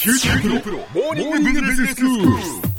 九州大学モーニングビジネススクール。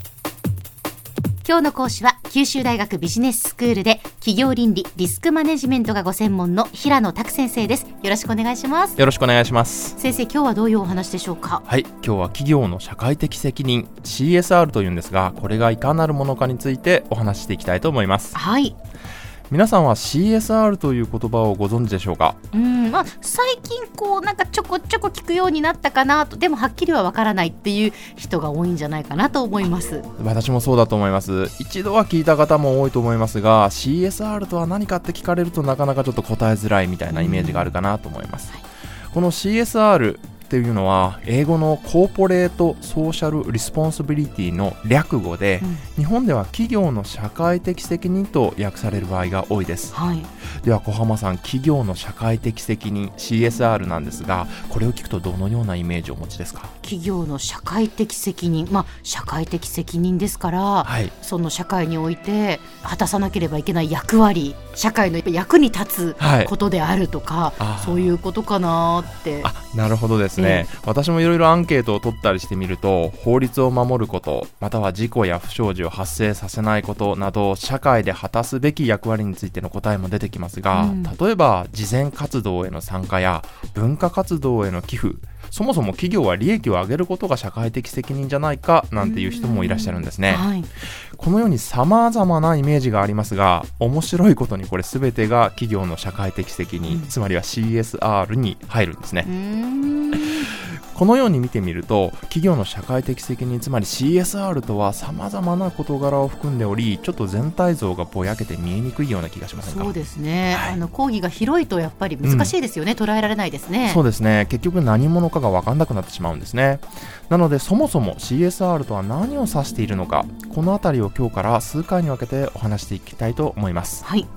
今日の講師は九州大学ビジネススクールで企業倫理リスクマネジメントがご専門の平野拓先生です。よろしくお願いします。 よろしくお願いします。 先生、今日はどういうお話でしょうか？ はい、今日は企業の社会的責任 CSR というんですが、これがいかなるものかについてお話ししていきたいと思います。 はい。 皆さんは CSR という言葉をご存知でしょうか？ 最近なんかちょこちょこ聞くようになったかなと。でもはっきりはわからないっていう人が多いんじゃないかなと思います。 私もそうだと思います。一度は聞いた方も多いと思いますが、 CSR とは何かって聞かれるとなかなかちょっと答えづらいみたいなイメージがあるかなと思います。この CSRっていうのは英語のコーポレートソーシャルリスポンシビリティの略語で、日本では企業の社会的責任と訳される場合が多いです。では小浜さん、企業の社会的責任 CSR なんですが、これを聞くとどのようなイメージをお持ちですか？ 企業の社会的責任、社会的責任ですから、その社会において果たさなければいけない役割、社会の役に立つことであるとか、そういうことかなって。 なるほどですね。私もいろいろアンケートを取ったりしてみると、法律を守ること、または事故や不祥事を発生させないことなど、社会で果たすべき役割についての答えも出てきますが、例えば慈善活動への参加や文化活動への寄付、そもそも企業は利益を上げることが社会的責任じゃないかなんていう人もいらっしゃるんですね。このように様々なイメージがありますが、面白いことにこれ全てが企業の社会的責任、つまりは CSR に入るんですね。このように見てみると、企業の社会的責任、つまり CSR とは様々な事柄を含んでおり、ちょっと全体像がぼやけて見えにくいような気がしませんか？ そうですね、講義が広いとやっぱり難しいですよね、捉えられないですね。 そうですね、結局何者かが分かんなくなってしまうんですね。なのでそもそも CSR とは何を指しているのか、このあたりを今日から数回に分けてお話していきたいと思います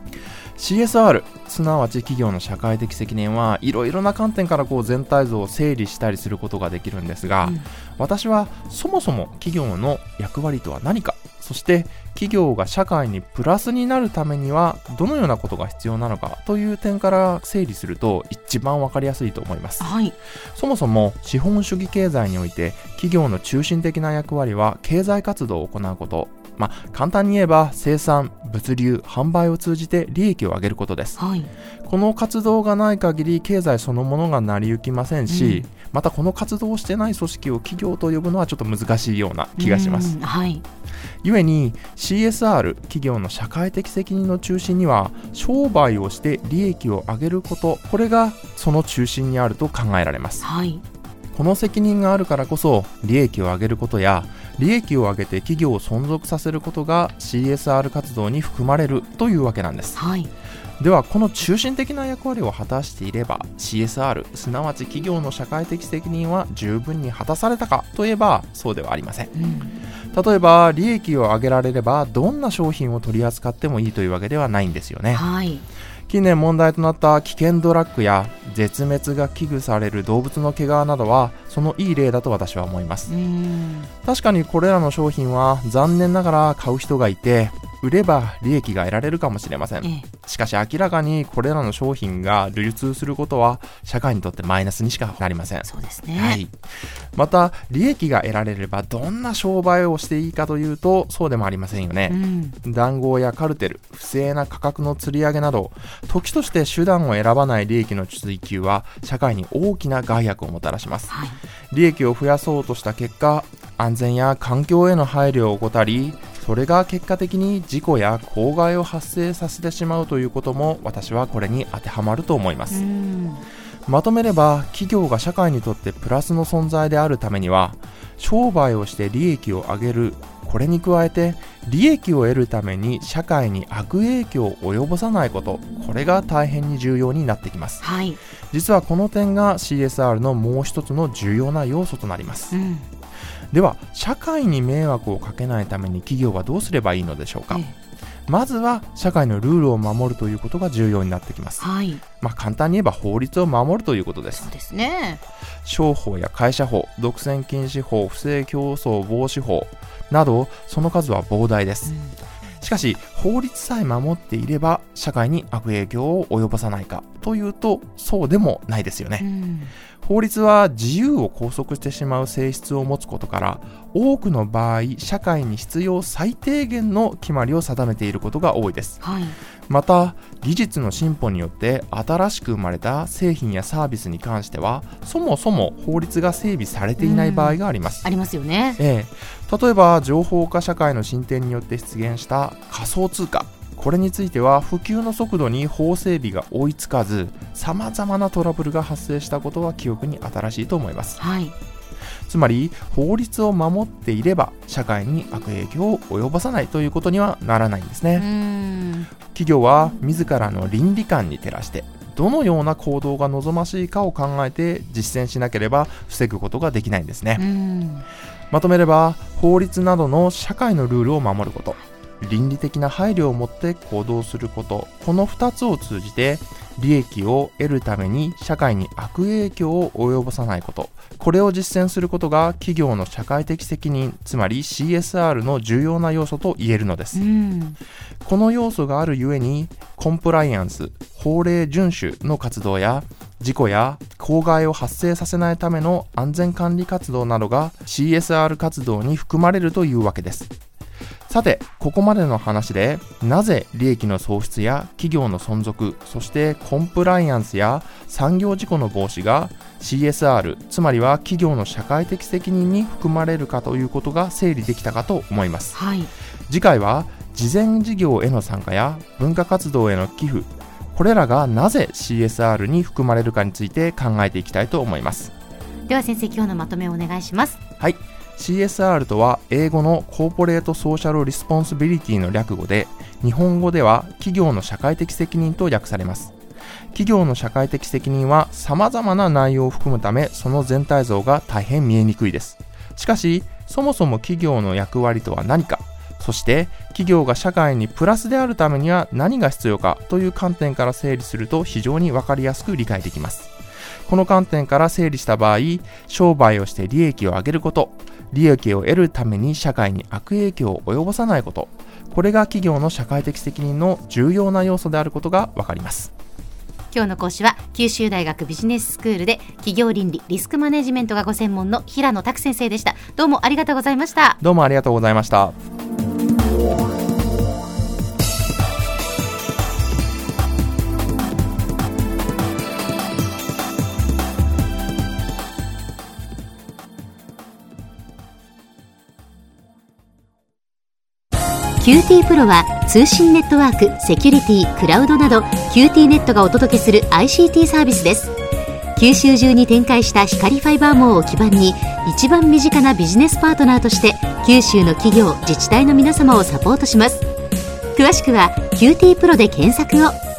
。CSR、すなわち企業の社会的責任はいろいろな観点から全体像を整理したりすることができるんですが、私はそもそも企業の役割とは何か、そして企業が社会にプラスになるためにはどのようなことが必要なのかという点から整理すると一番わかりやすいと思います。そもそも資本主義経済において企業の中心的な役割は経済活動を行うこと、簡単に言えば生産、物流、販売を通じて利益を上げることです。この活動がない限り経済そのものが成り行きませんし、またこの活動をしてない組織を企業と呼ぶのはちょっと難しいような気がします。ゆえに CSR、企業の社会的責任の中心には商売をして利益を上げること、これがその中心にあると考えられます。この責任があるからこそ利益を上げることや利益を上げて企業を存続させることが CSR 活動に含まれるというわけなんです。ではこの中心的な役割を果たしていれば CSR、すなわち企業の社会的責任は十分に果たされたかといえばそうではありません。例えば利益を上げられればどんな商品を取り扱ってもいいというわけではないんですよね。近年問題となった危険ドラッグや絶滅が危惧される動物の毛皮などはそのいい例だと私は思います。確かにこれらの商品は残念ながら買う人がいて売れば利益が得られるかもしれません。しかし明らかにこれらの商品が流通することは社会にとってマイナスにしかなりません。また利益が得られればどんな商売をしていいかというとそうでもありませんよね。談合やカルテル、不正な価格の釣り上げなど時として手段を選ばない利益の追求は社会に大きな害悪をもたらします。利益を増やそうとした結果、安全や環境への配慮を怠り、それが結果的に事故や公害を発生させてしまうということも私はこれに当てはまると思います。まとめれば企業が社会にとってプラスの存在であるためには商売をして利益を上げる、これに加えて利益を得るために社会に悪影響を及ぼさないこと、これが大変に重要になってきます。実はこの点が CSR のもう一つの重要な要素となります。では社会に迷惑をかけないために企業はどうすればいいのでしょうか。まずは社会のルールを守るということが重要になってきます。簡単に言えば法律を守るということです。商法や会社法、独占禁止法、不正競争防止法などその数は膨大です。しかし法律さえ守っていれば社会に悪影響を及ぼさないかというとそうでもないですよね。 法律は自由を拘束してしまう性質を持つことから、多くの場合社会に必要最低限の決まりを定めていることが多いです、また技術の進歩によって新しく生まれた製品やサービスに関してはそもそも法律が整備されていない場合があります、 ありますよね、 例えば情報化社会の進展によって出現した仮想通貨、これについては普及の速度に法整備が追いつかず、様々なトラブルが発生したことは記憶に新しいと思います、つまり法律を守っていれば社会に悪影響を及ぼさないということにはならないんですね。企業は自らの倫理観に照らしてどのような行動が望ましいかを考えて実践しなければ防ぐことができないんですね。まとめれば、法律などの社会のルールを守ること、倫理的な配慮を持って行動すること、この2つを通じて利益を得るために社会に悪影響を及ぼさないこと、これを実践することが企業の社会的責任、つまり CSR の重要な要素と言えるのです。この要素があるゆえにコンプライアンス、法令遵守の活動や事故や公害を発生させないための安全管理活動などが CSR 活動に含まれるというわけです。さて、ここまでの話でなぜ利益の創出や企業の存続、そしてコンプライアンスや産業事故の防止が CSR、つまりは企業の社会的責任に含まれるかということが整理できたかと思います、次回は慈善事業への参加や文化活動への寄付、これらがなぜ CSR に含まれるかについて考えていきたいと思います。 では先生、今日のまとめをお願いします。 CSR とは英語のコーポレートソーシャルリスポンシビリティの略語で、日本語では企業の社会的責任と訳されます。企業の社会的責任は様々な内容を含むため、その全体像が大変見えにくいです。しかし、そもそも企業の役割とは何か、そして企業が社会にプラスであるためには何が必要かという観点から整理すると非常に分かりやすく理解できます。この観点から整理した場合、商売をして利益を上げること、利益を得るために社会に悪影響を及ぼさないこと、これが企業の社会的責任の重要な要素であることが分かります。 今日の講師は九州大学ビジネススクールで企業倫理・リスクマネジメントがご専門の平野拓先生でした。どうもありがとうございました。 どうもありがとうございました。 QT プロは通信ネットワーク、セキュリティ、クラウドなど QT ネットがお届けする ICT サービスです。九州中に展開した光ファイバー網を基盤に一番身近なビジネスパートナーとして九州の企業・自治体の皆様をサポートします。詳しくは QT プロで検索を。